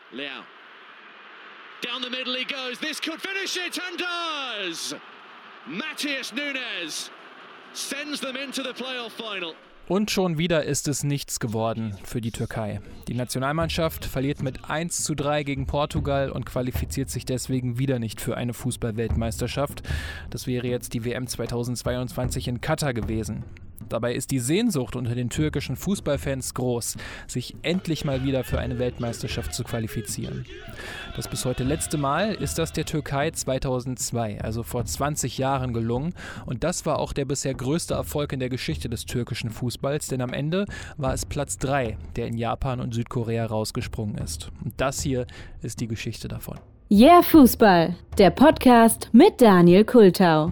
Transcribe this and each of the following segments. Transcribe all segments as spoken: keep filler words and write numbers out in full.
Leao. Down the middle he goes. This could finish it and does! Matheus Nunes sends them into the playoff final. Und schon wieder ist es nichts geworden für die Türkei. Die Nationalmannschaft verliert mit eins zu drei gegen Portugal und qualifiziert sich deswegen wieder nicht für eine Fußball-Weltmeisterschaft. Das wäre jetzt die W M zweitausendzweiundzwanzig in Katar gewesen. Dabei ist die Sehnsucht unter den türkischen Fußballfans groß, sich endlich mal wieder für eine Weltmeisterschaft zu qualifizieren. Das bis heute letzte Mal ist das der Türkei zweitausendzwei, also vor zwanzig Jahren gelungen. Und das war auch der bisher größte Erfolg in der Geschichte des türkischen Fußballs, denn am Ende war es Platz drei, der in Japan und Südkorea rausgesprungen ist. Und das hier ist die Geschichte davon. Yeah Fußball, der Podcast mit Daniel Kultau.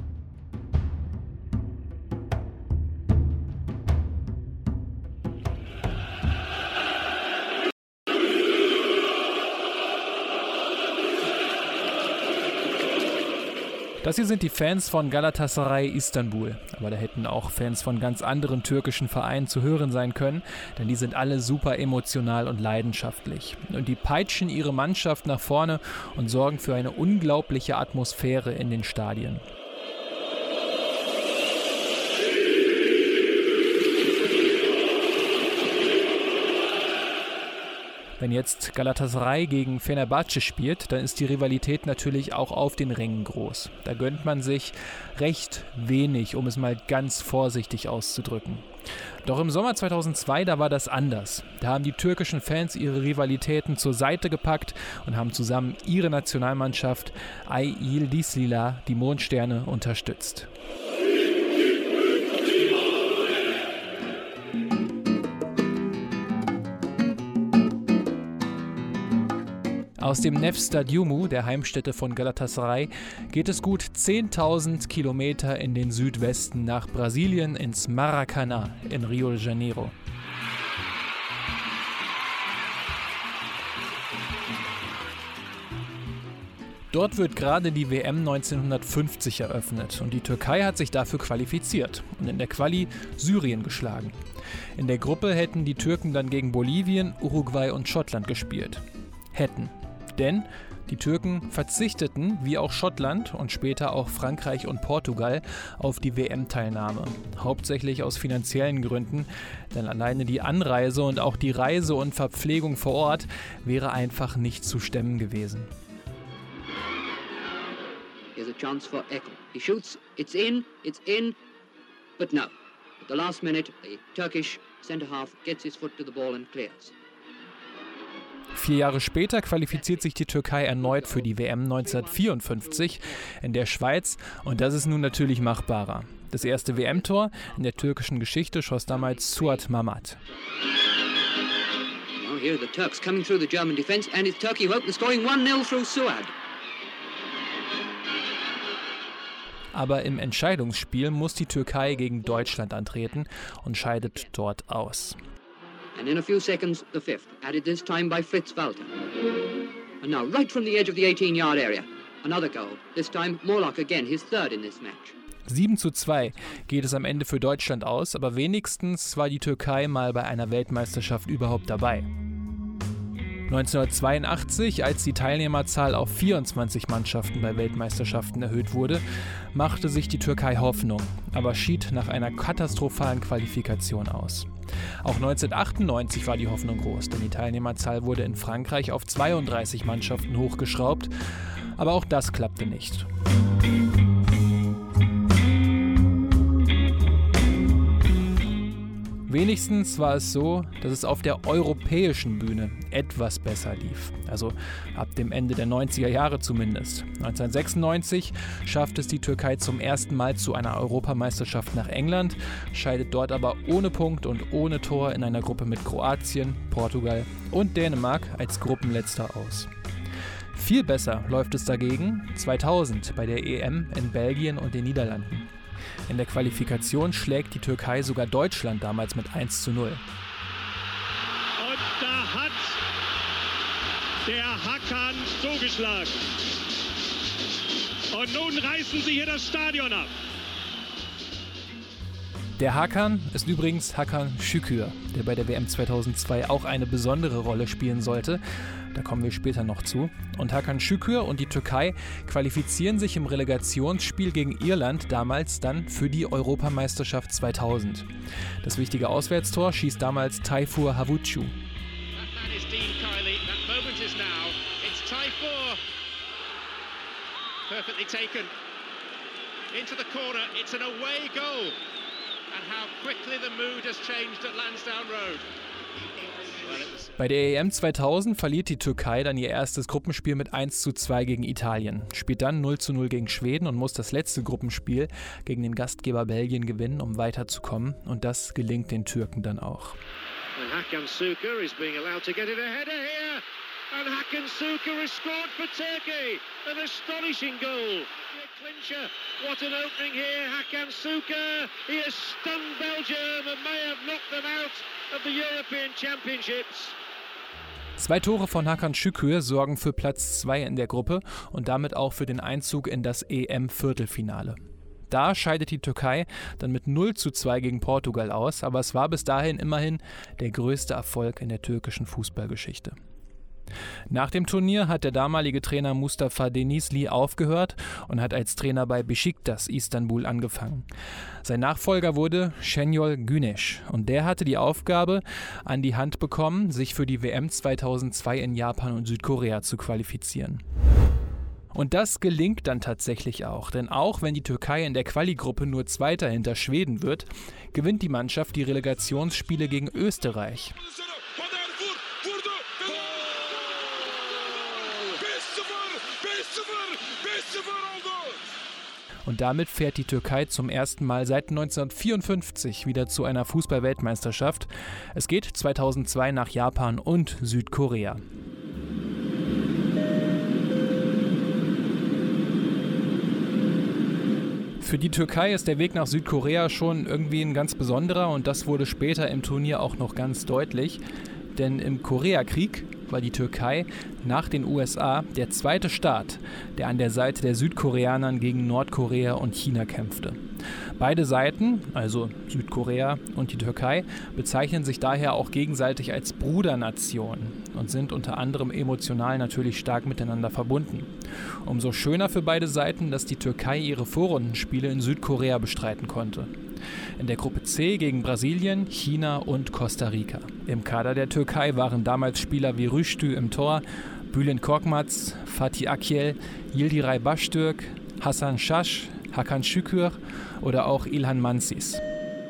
Das hier sind die Fans von Galatasaray Istanbul, aber da hätten auch Fans von ganz anderen türkischen Vereinen zu hören sein können, denn die sind alle super emotional und leidenschaftlich. Und die peitschen ihre Mannschaft nach vorne und sorgen für eine unglaubliche Atmosphäre in den Stadien. Wenn jetzt Galatasaray gegen Fenerbahce spielt, dann ist die Rivalität natürlich auch auf den Rängen groß. Da gönnt man sich recht wenig, um es mal ganz vorsichtig auszudrücken. Doch im Sommer zweitausendzwei, da war das anders. Da haben die türkischen Fans ihre Rivalitäten zur Seite gepackt und haben zusammen ihre Nationalmannschaft Ay Yıldızlar, die Mondsterne, unterstützt. Aus dem Nef Stadyumu, der Heimstätte von Galatasaray, geht es gut zehntausend Kilometer in den Südwesten nach Brasilien ins Maracanã in Rio de Janeiro. Dort wird gerade die W M neunzehnhundertfünfzig eröffnet und die Türkei hat sich dafür qualifiziert und in der Quali Syrien geschlagen. In der Gruppe hätten die Türken dann gegen Bolivien, Uruguay und Schottland gespielt. Hätten. Denn die Türken verzichteten, wie auch Schottland und später auch Frankreich und Portugal, auf die W M-Teilnahme. Hauptsächlich aus finanziellen Gründen, denn alleine die Anreise und auch die Reise und Verpflegung vor Ort wäre einfach nicht zu stemmen gewesen. Here's a chance for Ekol. He shoots, it's in, it's in, but no. At the last minute, the Turkish centre-half gets his foot to the ball and clears. Vier Jahre später qualifiziert sich die Türkei erneut für die W M neunzehnhundertvierundfünfzig in der Schweiz und das ist nun natürlich machbarer. Das erste W M-Tor in der türkischen Geschichte schoss damals Suat Mamat. Now here are the Turks coming through the German defense and it's Turkey who open scoring one nil through Suat. Aber im Entscheidungsspiel muss die Türkei gegen Deutschland antreten und scheidet dort aus. And in a few seconds, the fifth, added this time by Fritz Walter. And now, right from the edge of the eighteen-yard area, another goal. This time, Morlock again, his third in this match. sieben zu zwei geht es am Ende für Deutschland aus, aber wenigstens war die Türkei mal bei einer Weltmeisterschaft überhaupt dabei. neunzehnhundertzweiundachtzig, als die Teilnehmerzahl auf vierundzwanzig Mannschaften bei Weltmeisterschaften erhöht wurde, machte sich die Türkei Hoffnung, aber schied nach einer katastrophalen Qualifikation aus. Auch neunzehnhundertachtundneunzig war die Hoffnung groß, denn die Teilnehmerzahl wurde in Frankreich auf zweiunddreißig Mannschaften hochgeschraubt, aber auch das klappte nicht. Wenigstens war es so, dass es auf der europäischen Bühne etwas besser lief. Also ab dem Ende der neunziger Jahre zumindest. neunzehnhundertsechsundneunzig schafft es die Türkei zum ersten Mal zu einer Europameisterschaft nach England, scheidet dort aber ohne Punkt und ohne Tor in einer Gruppe mit Kroatien, Portugal und Dänemark als Gruppenletzter aus. Viel besser läuft es dagegen zweitausend bei der E M in Belgien und den Niederlanden. In der Qualifikation schlägt die Türkei sogar Deutschland damals mit eins zu null. Und da hat der Hakan zugeschlagen. Und nun reißen sie hier das Stadion ab. Der Hakan ist übrigens Hakan Şükür, der bei der W M zweitausendzwei auch eine besondere Rolle spielen sollte. Da kommen wir später noch zu. Und Hakan Şükür und die Türkei qualifizieren sich im Relegationsspiel gegen Irland damals dann für die Europameisterschaft zweitausend. Das wichtige Auswärtstor schießt damals Tayfur Havucu. Perfectly taken into the corner. It's an away goal. And how quickly the mood has changed at Lansdowne Road. Bei der E M zweitausend verliert die Türkei dann ihr erstes Gruppenspiel mit eins zu zwei gegen Italien, spielt dann null zu null gegen Schweden und muss das letzte Gruppenspiel gegen den Gastgeber Belgien gewinnen, um weiterzukommen. Und das gelingt den Türken dann auch. And Hakan Şükür is being allowed to get in a header here. And Hakan Şükür has scored for Turkey. An astonishing goal. The clincher. What an opening here. Hakan Şükür. He has stunned Belgium and may have knocked them out of the European Championships. Zwei Tore von Hakan Şükür sorgen für Platz zwei in der Gruppe und damit auch für den Einzug in das E M-Viertelfinale. Da scheidet die Türkei dann mit null zu zwei gegen Portugal aus, aber es war bis dahin immerhin der größte Erfolg in der türkischen Fußballgeschichte. Nach dem Turnier hat der damalige Trainer Mustafa Denizli aufgehört und hat als Trainer bei Beşiktaş Istanbul angefangen. Sein Nachfolger wurde Şenol Güneş und der hatte die Aufgabe an die Hand bekommen, sich für die W M zweitausendzwei in Japan und Südkorea zu qualifizieren. Und das gelingt dann tatsächlich auch, denn auch wenn die Türkei in der Quali-Gruppe nur Zweiter hinter Schweden wird, gewinnt die Mannschaft die Relegationsspiele gegen Österreich. Und damit fährt die Türkei zum ersten Mal seit neunzehnhundertvierundfünfzig wieder zu einer Fußball-Weltmeisterschaft. Es geht zweitausendzwei nach Japan und Südkorea. Für die Türkei ist der Weg nach Südkorea schon irgendwie ein ganz besonderer und das wurde später im Turnier auch noch ganz deutlich. Denn im Koreakrieg war die Türkei nach den U S A der zweite Staat, der an der Seite der Südkoreanern gegen Nordkorea und China kämpfte. Beide Seiten, also Südkorea und die Türkei, bezeichnen sich daher auch gegenseitig als Brudernationen und sind unter anderem emotional natürlich stark miteinander verbunden. Umso schöner für beide Seiten, dass die Türkei ihre Vorrundenspiele in Südkorea bestreiten konnte. In der Gruppe C gegen Brasilien, China und Costa Rica. Im Kader der Türkei waren damals Spieler wie Rüştü im Tor, Bülent Korkmaz, Fatih Akyel, Yildiray Baştürk, Hasan Şaş, Hakan Şükür oder auch İlhan Mansız.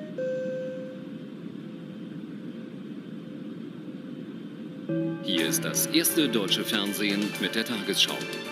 Hier ist das erste deutsche Fernsehen mit der Tagesschau.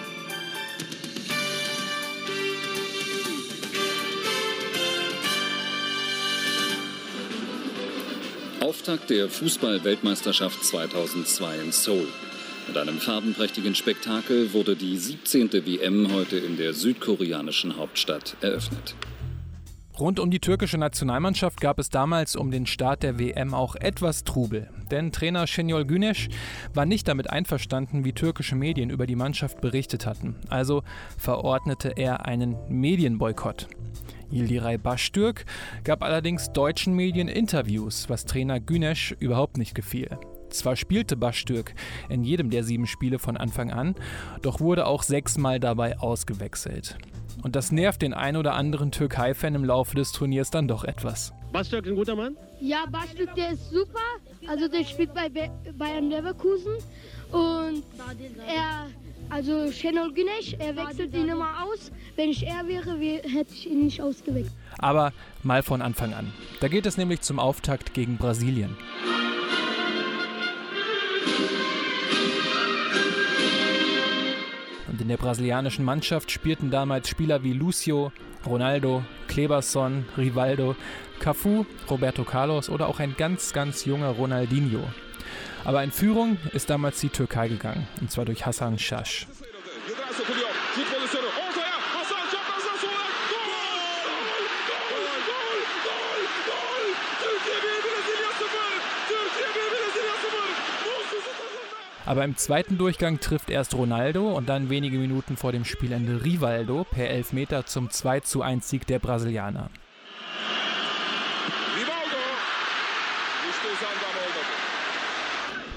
Auftakt der Fußball-Weltmeisterschaft zweitausendzwei in Seoul. Mit einem farbenprächtigen Spektakel wurde die siebzehnte W M heute in der südkoreanischen Hauptstadt eröffnet. Rund um die türkische Nationalmannschaft gab es damals um den Start der W M auch etwas Trubel. Denn Trainer Şenol Güneş war nicht damit einverstanden, wie türkische Medien über die Mannschaft berichtet hatten. Also verordnete er einen Medienboykott. Yildiray Baştürk gab allerdings deutschen Medien Interviews, was Trainer Güneş überhaupt nicht gefiel. Zwar spielte Baştürk in jedem der sieben Spiele von Anfang an, doch wurde auch sechsmal dabei ausgewechselt. Und das nervt den ein oder anderen Türkei-Fan im Laufe des Turniers dann doch etwas. Baştürk ein guter Mann? Ja, Baştürk, der ist super. Also der spielt bei Bayern Leverkusen und er, also Şenol Güneş, er wechselt ihn immer aus. Wenn ich er wäre, hätte ich ihn nicht ausgewechselt. Aber mal von Anfang an. Da geht es nämlich zum Auftakt gegen Brasilien. Und in der brasilianischen Mannschaft spielten damals Spieler wie Lúcio, Ronaldo, Kleberson, Rivaldo, Cafu, Roberto Carlos oder auch ein ganz, ganz junger Ronaldinho. Aber in Führung ist damals die Türkei gegangen, und zwar durch Hasan Şaş. Aber im zweiten Durchgang trifft erst Ronaldo und dann wenige Minuten vor dem Spielende Rivaldo per Elfmeter zum zwei zu eins Sieg der Brasilianer.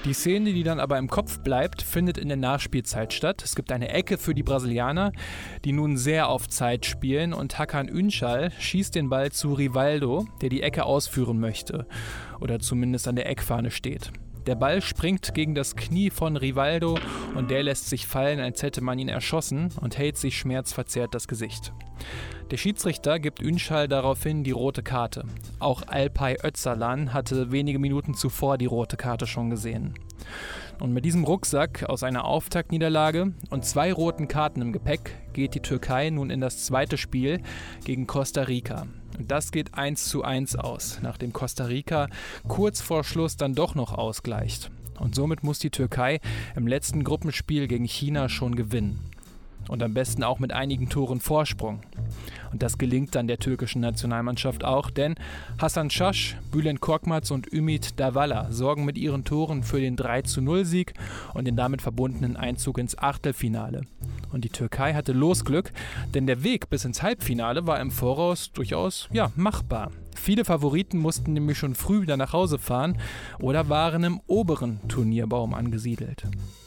Die Szene, die dann aber im Kopf bleibt, findet in der Nachspielzeit statt. Es gibt eine Ecke für die Brasilianer, die nun sehr auf Zeit spielen, und Hakan Ünçal schießt den Ball zu Rivaldo, der die Ecke ausführen möchte oder zumindest an der Eckfahne steht. Der Ball springt gegen das Knie von Rivaldo und der lässt sich fallen, als hätte man ihn erschossen, und hält sich schmerzverzerrt das Gesicht. Der Schiedsrichter gibt Ünçal daraufhin die rote Karte. Auch Alpay Öcalan hatte wenige Minuten zuvor die rote Karte schon gesehen. Und mit diesem Rucksack aus einer Auftaktniederlage und zwei roten Karten im Gepäck geht die Türkei nun in das zweite Spiel gegen Costa Rica. Und das geht eins zu eins aus, nachdem Costa Rica kurz vor Schluss dann doch noch ausgleicht. Und somit muss die Türkei im letzten Gruppenspiel gegen China schon gewinnen. Und am besten auch mit einigen Toren Vorsprung. Und das gelingt dann der türkischen Nationalmannschaft auch, denn Hasan Şaş, Bülent Korkmaz und Ümit Davala sorgen mit ihren Toren für den drei zu null Sieg und den damit verbundenen Einzug ins Achtelfinale. Und die Türkei hatte Losglück, denn der Weg bis ins Halbfinale war im Voraus durchaus ja, machbar. Viele Favoriten mussten nämlich schon früh wieder nach Hause fahren oder waren im oberen Turnierbaum angesiedelt.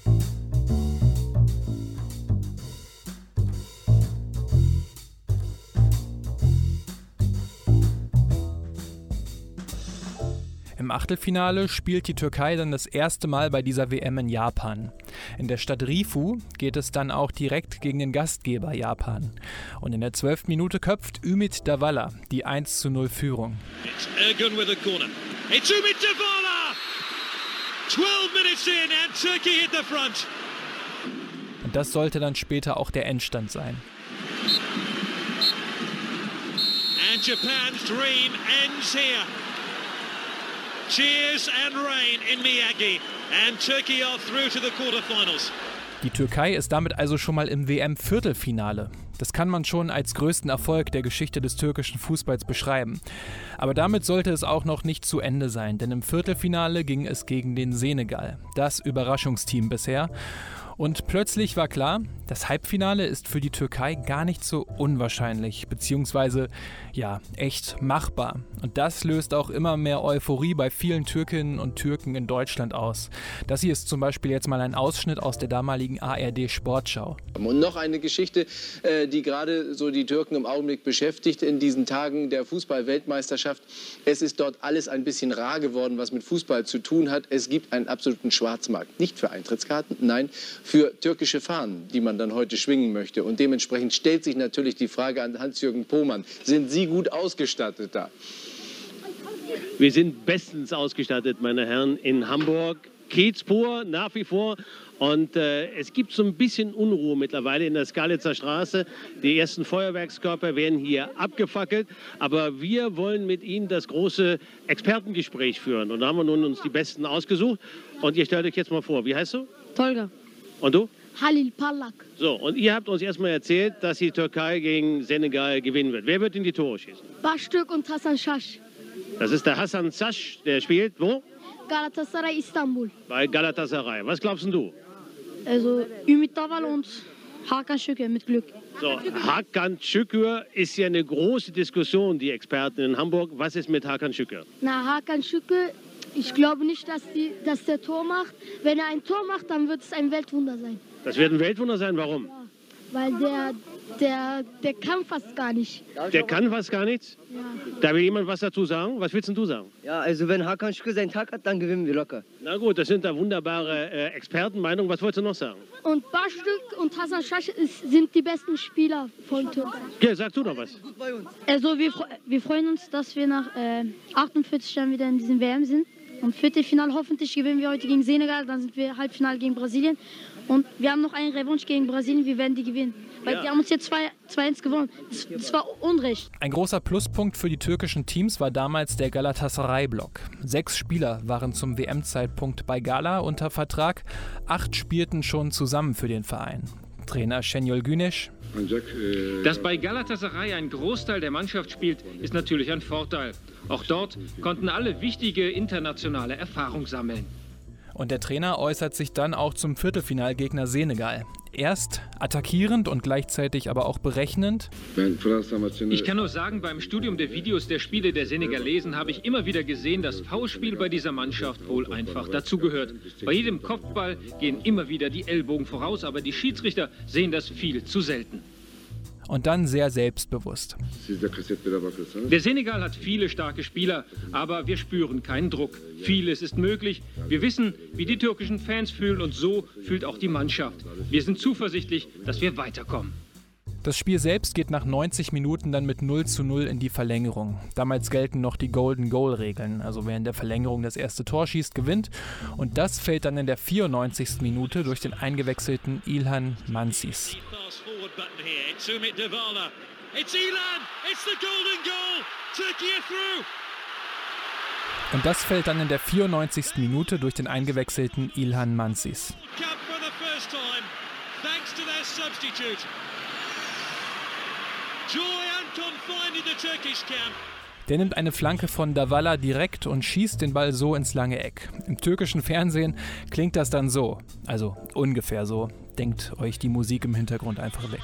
Im Achtelfinale spielt die Türkei dann das erste Mal bei dieser W M in Japan. In der Stadt Rifu geht es dann auch direkt gegen den Gastgeber Japan. Und in der zwölften Minute köpft Ümit Davala die eins zu null Führung. It's Ergun with a corner. It's Ümit Davala! twelve minutes in and Turkey hit the front. Und das sollte dann später auch der Endstand sein. And Japan's dream ends here. Cheers and rain in Miyagi, and Turkey are through to the quarterfinals. Die Türkei ist damit also schon mal im W M-Viertelfinale. Das kann man schon als größten Erfolg der Geschichte des türkischen Fußballs beschreiben. Aber damit sollte es auch noch nicht zu Ende sein, denn im Viertelfinale ging es gegen den Senegal, das Überraschungsteam bisher. Und plötzlich war klar, das Halbfinale ist für die Türkei gar nicht so unwahrscheinlich, beziehungsweise ja, echt machbar. Und das löst auch immer mehr Euphorie bei vielen Türkinnen und Türken in Deutschland aus. Das hier ist zum Beispiel jetzt mal ein Ausschnitt aus der damaligen A R D-Sportschau. Und noch eine Geschichte, die gerade so die Türken im Augenblick beschäftigt in diesen Tagen der Fußball-Weltmeisterschaft. Es ist dort alles ein bisschen rar geworden, was mit Fußball zu tun hat. Es gibt einen absoluten Schwarzmarkt. Nicht für Eintrittskarten, nein, für türkische Fahnen, die man dann heute schwingen möchte. Und dementsprechend stellt sich natürlich die Frage an Hans-Jürgen Pohmann, sind Sie gut ausgestattet da? Wir sind bestens ausgestattet, meine Herren, in Hamburg. Kiezpur nach wie vor. Und äh, es gibt so ein bisschen Unruhe mittlerweile in der Skalitzer Straße. Die ersten Feuerwerkskörper werden hier abgefackelt. Aber wir wollen mit Ihnen das große Expertengespräch führen. Und da haben wir nun uns die Besten ausgesucht. Und ihr stellt euch jetzt mal vor, wie heißt du? Tolga. Und du? Halil Parlak. So, und ihr habt uns erstmal erzählt, dass die Türkei gegen Senegal gewinnen wird. Wer wird in die Tore schießen? Baştürk und Hasan Şaş. Das ist der Hasan Şaş, der spielt wo? Galatasaray Istanbul. Bei Galatasaray. Was glaubst du? Also Ümit Davala und Hakan Şükür mit Glück. So, Hakan Şükür ist ja eine große Diskussion, die Experten in Hamburg. Was ist mit Hakan Şükür? Na, Hakan Şükür, ich glaube nicht, dass, die, dass der Tor macht. Wenn er ein Tor macht, dann wird es ein Weltwunder sein. Das wird ein Weltwunder sein, warum? Ja, weil der, der, der kann fast gar nicht. Der kann fast gar nichts? Ja. Da will jemand was dazu sagen? Was willst denn du sagen? Ja, also wenn Hakan Şükür seinen Tag hat, dann gewinnen wir locker. Na gut, das sind da wunderbare äh, Expertenmeinungen. Was wolltest du noch sagen? Und Baştürk und Hasan Şaş sind die besten Spieler von Türkei. Ja, sag du noch was. Also wir, wir freuen uns, dass wir nach äh, achtundvierzig Jahren wieder in diesem W M sind. Und Viertelfinale, hoffentlich gewinnen wir heute gegen Senegal, dann sind wir Halbfinale gegen Brasilien. Und wir haben noch einen Revanche gegen Brasilien, wir werden die gewinnen. Weil ja. Die haben uns jetzt zwei eins gewonnen. Das, das war Unrecht. Ein großer Pluspunkt für die türkischen Teams war damals der Galatasaray-Block. Sechs Spieler waren zum W M-Zeitpunkt bei Gala unter Vertrag. Acht spielten schon zusammen für den Verein. Trainer Şenol Güneş. Dass bei Galatasaray ein Großteil der Mannschaft spielt, ist natürlich ein Vorteil. Auch dort konnten alle wichtige internationale Erfahrung sammeln. Und der Trainer äußert sich dann auch zum Viertelfinalgegner Senegal. Erst attackierend und gleichzeitig aber auch berechnend. Ich kann nur sagen, beim Studium der Videos der Spiele der Senegalesen habe ich immer wieder gesehen, dass Foulspiel bei dieser Mannschaft wohl einfach dazugehört. Bei jedem Kopfball gehen immer wieder die Ellbogen voraus, aber die Schiedsrichter sehen das viel zu selten. Und dann sehr selbstbewusst. Der Senegal hat viele starke Spieler, aber wir spüren keinen Druck. Vieles ist möglich. Wir wissen, wie die türkischen Fans fühlen und so fühlt auch die Mannschaft. Wir sind zuversichtlich, dass wir weiterkommen. Das Spiel selbst geht nach neunzig Minuten dann mit null zu null in die Verlängerung. Damals gelten noch die Golden-Goal-Regeln. Also wer in der Verlängerung das erste Tor schießt, gewinnt. Und das fällt dann in der vierundneunzigsten Minute durch den eingewechselten İlhan Mansız. Und das fällt dann in der vierundneunzigsten Minute durch den eingewechselten İlhan Mansız. Der nimmt eine Flanke von Davala direkt und schießt den Ball so ins lange Eck. Im türkischen Fernsehen klingt das dann so, also ungefähr so. Denkt euch die Musik im Hintergrund einfach weg.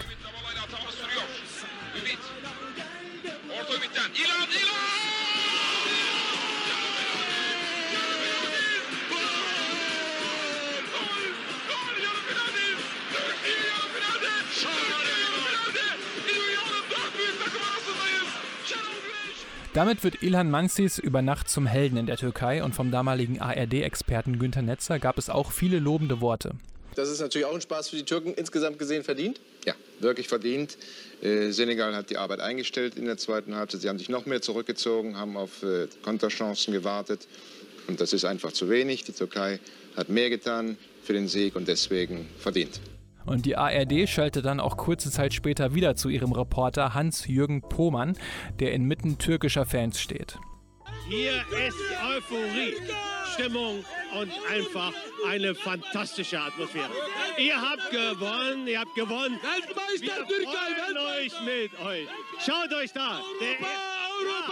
Damit wird İlhan Mansız über Nacht zum Helden in der Türkei und vom damaligen A R D-Experten Günter Netzer gab es auch viele lobende Worte. Das ist natürlich auch ein Spaß für die Türken, insgesamt gesehen verdient? Ja, wirklich verdient. Äh, Senegal hat die Arbeit eingestellt in der zweiten Halbzeit. Sie haben sich noch mehr zurückgezogen, haben auf äh, Konterchancen gewartet. Und das ist einfach zu wenig. Die Türkei hat mehr getan für den Sieg und deswegen verdient. Und die A R D schaltet dann auch kurze Zeit später wieder zu ihrem Reporter Hans-Jürgen Pohmann, der inmitten türkischer Fans steht. Hier ist Euphorie, Stimmung und einfach eine fantastische Atmosphäre. Ihr habt gewonnen, ihr habt gewonnen. Wir freuen euch mit euch. Schaut euch da. Europa,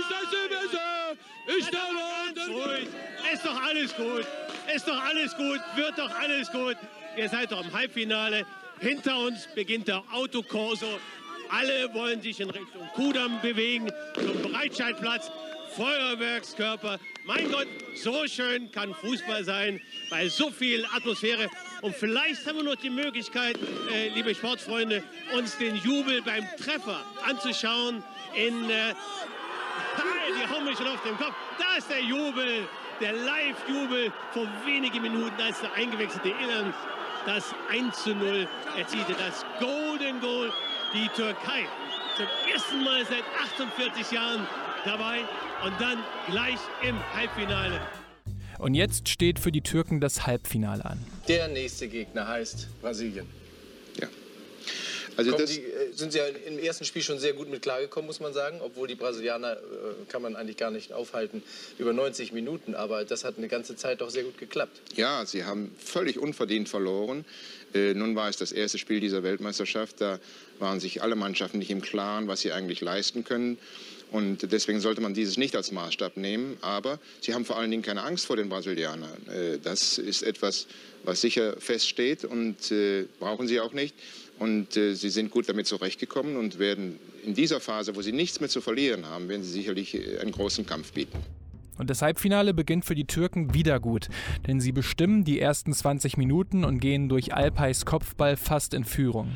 ist doch alles gut. Ist doch alles gut. Wird doch alles gut. Ihr seid doch im Halbfinale. Hinter uns beginnt der Autokorso. Alle wollen sich in Richtung Kudamm bewegen, zum Breitscheidplatz. Feuerwerkskörper. Mein Gott, so schön kann Fußball sein, bei so viel Atmosphäre. Und vielleicht haben wir noch die Möglichkeit, äh, liebe Sportfreunde, uns den Jubel beim Treffer anzuschauen. In, äh, die hauen mich schon auf den Kopf. Da ist der Jubel, der Live-Jubel vor wenigen Minuten, als der eingewechselte İlhan das eins zu null erzielte. Das Golden Goal, die Türkei. Zum ersten Mal seit achtundvierzig Jahren dabei und dann gleich im Halbfinale. Und jetzt steht für die Türken das Halbfinale an. Der nächste Gegner heißt Brasilien. Ja. Also das die, sind sie ja im ersten Spiel schon sehr gut mit klargekommen, muss man sagen. Obwohl die Brasilianer äh, kann man eigentlich gar nicht aufhalten über neunzig Minuten. Aber das hat eine ganze Zeit doch sehr gut geklappt. Ja, sie haben völlig unverdient verloren. Äh, nun war es das erste Spiel dieser Weltmeisterschaft. Da waren sich alle Mannschaften nicht im Klaren, was sie eigentlich leisten können. Und deswegen sollte man dieses nicht als Maßstab nehmen. Aber sie haben vor allen Dingen keine Angst vor den Brasilianern. Das ist etwas, was sicher feststeht und brauchen sie auch nicht. Und sie sind gut damit zurechtgekommen und werden in dieser Phase, wo sie nichts mehr zu verlieren haben, werden sie sicherlich einen großen Kampf bieten. Und das Halbfinale beginnt für die Türken wieder gut, denn sie bestimmen die ersten zwanzig Minuten und gehen durch Alpays Kopfball fast in Führung.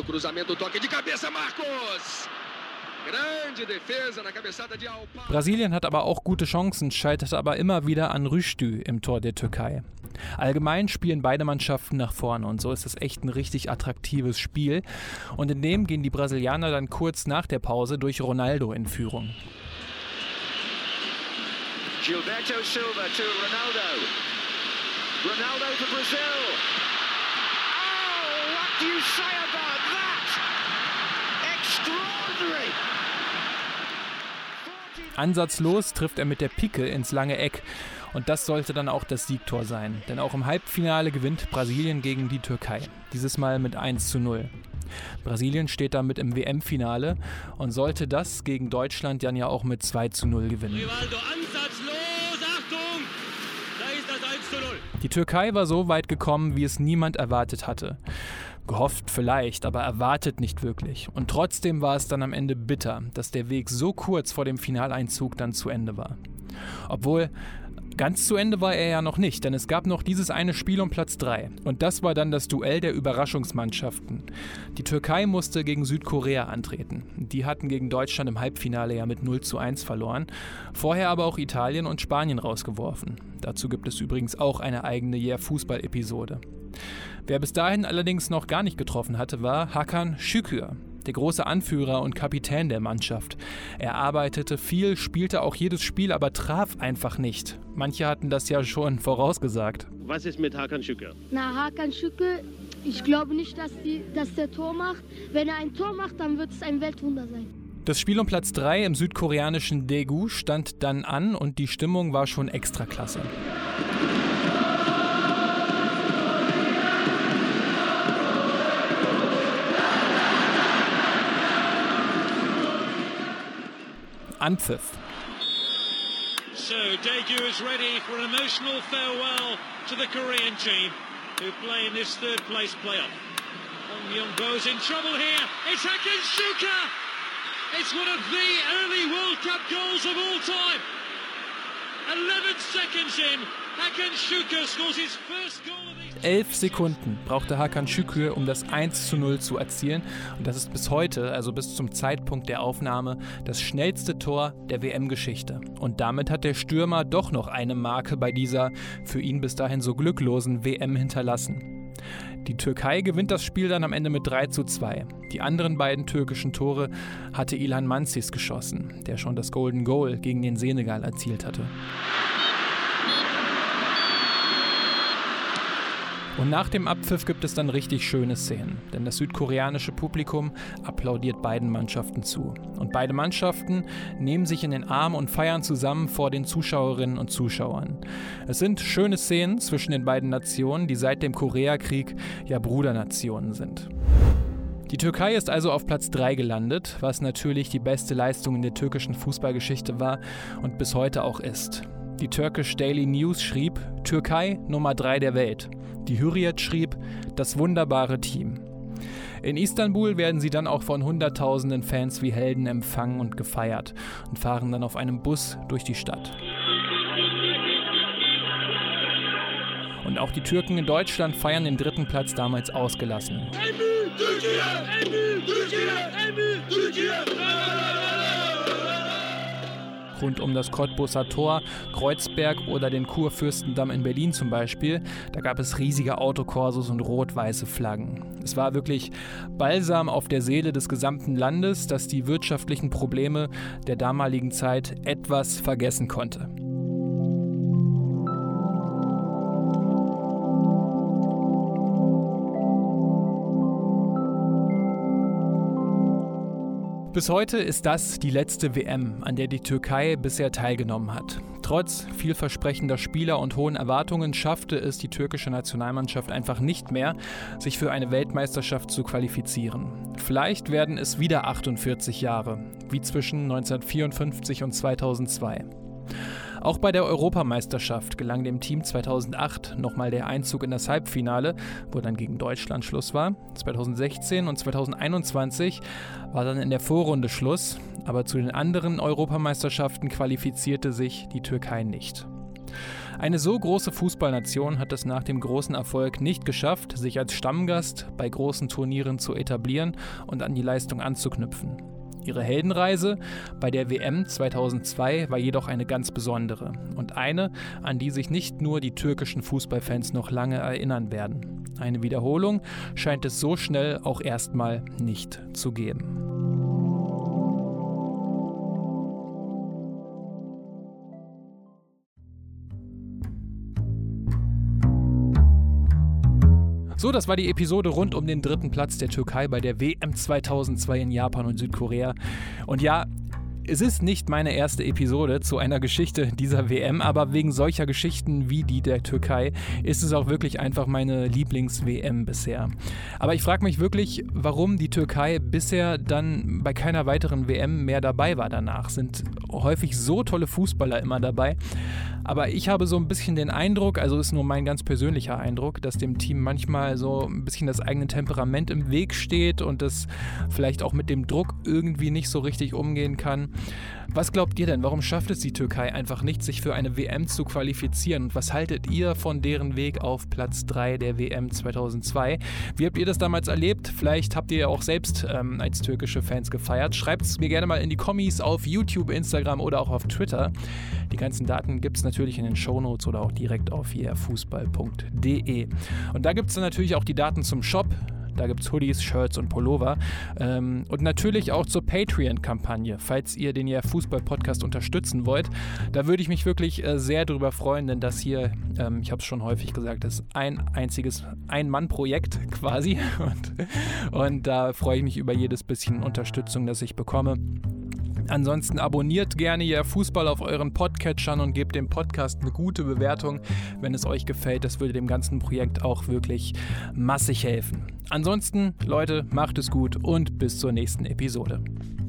Brasilien hat aber auch gute Chancen, scheitert aber immer wieder an Rüştü im Tor der Türkei. Allgemein spielen beide Mannschaften nach vorne und so ist es echt ein richtig attraktives Spiel. Und in dem gehen die Brasilianer dann kurz nach der Pause durch Ronaldo in Führung. Gilberto Silva to Ronaldo. Ronaldo for Brazil. Oh, what do you say about that? Extraordinary. Ansatzlos trifft er mit der Pike ins lange Eck. Und das sollte dann auch das Siegtor sein. Denn auch im Halbfinale gewinnt Brasilien gegen die Türkei. Dieses Mal mit eins zu null. Brasilien steht damit im W M-Finale und sollte das gegen Deutschland dann ja auch mit zwei zu null gewinnen. Rivaldo ansatzlos, Achtung! Da ist das eins zu null. Die Türkei war so weit gekommen, wie es niemand erwartet hatte. Gehofft vielleicht, aber erwartet nicht wirklich. Und trotzdem war es dann am Ende bitter, dass der Weg so kurz vor dem Finaleinzug dann zu Ende war. Obwohl, ganz zu Ende war er ja noch nicht, denn es gab noch dieses eine Spiel um Platz drei. Und das war dann das Duell der Überraschungsmannschaften. Die Türkei musste gegen Südkorea antreten. Die hatten gegen Deutschland im Halbfinale ja mit null zu eins verloren. Vorher aber auch Italien und Spanien rausgeworfen. Dazu gibt es übrigens auch eine eigene Yeah-Fußball-Episode. Wer bis dahin allerdings noch gar nicht getroffen hatte, war Hakan Şükür, der große Anführer und Kapitän der Mannschaft. Er arbeitete viel, spielte auch jedes Spiel, aber traf einfach nicht. Manche hatten das ja schon vorausgesagt. Was ist mit Hakan Şükür? Na, Hakan Şükür, ich glaube nicht, dass, die, dass der Tor macht. Wenn er ein Tor macht, dann wird es ein Weltwunder sein. Das Spiel um Platz drei im südkoreanischen Daegu stand dann an und die Stimmung war schon extra klasse. Anpfiff. So Daegu is ready for an emotional farewell to the Korean team who play in this third place playoff. Hong Myung-bo's in trouble here. It's Hakan Şükür. It's one of the early World Cup goals of all time. eleven seconds in, Hakan Şükür scores his first goal of the Elf Sekunden brauchte Hakan Şükür, um das eins zu null zu erzielen. Und das ist bis heute, also bis zum Zeitpunkt der Aufnahme, das schnellste Tor der W M-Geschichte. Und damit hat der Stürmer doch noch eine Marke bei dieser für ihn bis dahin so glücklosen W M hinterlassen. Die Türkei gewinnt das Spiel dann am Ende mit drei zu zwei. Die anderen beiden türkischen Tore hatte İlhan Mansız geschossen, der schon das Golden Goal gegen den Senegal erzielt hatte. Und nach dem Abpfiff gibt es dann richtig schöne Szenen, denn das südkoreanische Publikum applaudiert beiden Mannschaften zu. Und beide Mannschaften nehmen sich in den Arm und feiern zusammen vor den Zuschauerinnen und Zuschauern. Es sind schöne Szenen zwischen den beiden Nationen, die seit dem Koreakrieg ja Brudernationen sind. Die Türkei ist also auf Platz drei gelandet, was natürlich die beste Leistung in der türkischen Fußballgeschichte war und bis heute auch ist. Die Turkish Daily News schrieb, Türkei Nummer drei der Welt. Die Hürriyet schrieb, das wunderbare Team. In Istanbul werden sie dann auch von hunderttausenden Fans wie Helden empfangen und gefeiert und fahren dann auf einem Bus durch die Stadt. Und auch die Türken in Deutschland feiern den dritten Platz damals ausgelassen. Rund um das Cottbuser Tor, Kreuzberg oder den Kurfürstendamm in Berlin zum Beispiel, da gab es riesige Autokorsos und rot-weiße Flaggen. Es war wirklich Balsam auf der Seele des gesamten Landes, das die wirtschaftlichen Probleme der damaligen Zeit etwas vergessen konnte. Bis heute ist das die letzte W M, an der die Türkei bisher teilgenommen hat. Trotz vielversprechender Spieler und hohen Erwartungen schaffte es die türkische Nationalmannschaft einfach nicht mehr, sich für eine Weltmeisterschaft zu qualifizieren. Vielleicht werden es wieder achtundvierzig Jahre, wie zwischen neunzehnhundertvierundfünfzig und zweitausendzwei. Auch bei der Europameisterschaft gelang dem Team zweitausendacht nochmal der Einzug in das Halbfinale, wo dann gegen Deutschland Schluss war. zweitausendsechzehn und zweitausendeinundzwanzig war dann in der Vorrunde Schluss, aber zu den anderen Europameisterschaften qualifizierte sich die Türkei nicht. Eine so große Fußballnation hat es nach dem großen Erfolg nicht geschafft, sich als Stammgast bei großen Turnieren zu etablieren und an die Leistung anzuknüpfen. Ihre Heldenreise bei der W M zweitausendzwei war jedoch eine ganz besondere und eine, an die sich nicht nur die türkischen Fußballfans noch lange erinnern werden. Eine Wiederholung scheint es so schnell auch erstmal nicht zu geben. So, das war die Episode rund um den dritten Platz der Türkei bei der W M zweitausendzwei in Japan und Südkorea. Und ja, Es ist nicht meine erste Episode zu einer Geschichte dieser W M, aber wegen solcher Geschichten wie die der Türkei ist es auch wirklich einfach meine Lieblings-W M bisher. Aber ich frage mich wirklich, warum die Türkei bisher dann bei keiner weiteren W M mehr dabei war danach. Sind häufig so tolle Fußballer immer dabei. Aber ich habe so ein bisschen den Eindruck, also ist nur mein ganz persönlicher Eindruck, dass dem Team manchmal so ein bisschen das eigene Temperament im Weg steht und das vielleicht auch mit dem Druck irgendwie nicht so richtig umgehen kann. Was glaubt ihr denn? Warum schafft es die Türkei einfach nicht, sich für eine W M zu qualifizieren? Und was haltet ihr von deren Weg auf Platz drei der W M zweitausendzwei? Wie habt ihr das damals erlebt? Vielleicht habt ihr ja auch selbst ähm, als türkische Fans gefeiert. Schreibt es mir gerne mal in die Kommis auf YouTube, Instagram oder auch auf Twitter. Die ganzen Daten gibt es natürlich in den Shownotes oder auch direkt auf yeahfußball punkt de. Und da gibt es dann natürlich auch die Daten zum Shop. Da gibt es Hoodies, Shirts und Pullover. Ähm, und natürlich auch zur Patreon-Kampagne, falls ihr den yeahfußball-Podcast unterstützen wollt. Da würde ich mich wirklich äh, sehr drüber freuen, denn das hier, ähm, ich habe es schon häufig gesagt, ist ein einziges Ein-Mann-Projekt quasi. Und, und da freue ich mich über jedes bisschen Unterstützung, das ich bekomme. Ansonsten abonniert gerne yeahfußball auf euren Podcatchern und gebt dem Podcast eine gute Bewertung, wenn es euch gefällt. Das würde dem ganzen Projekt auch wirklich massig helfen. Ansonsten, Leute, macht es gut und bis zur nächsten Episode.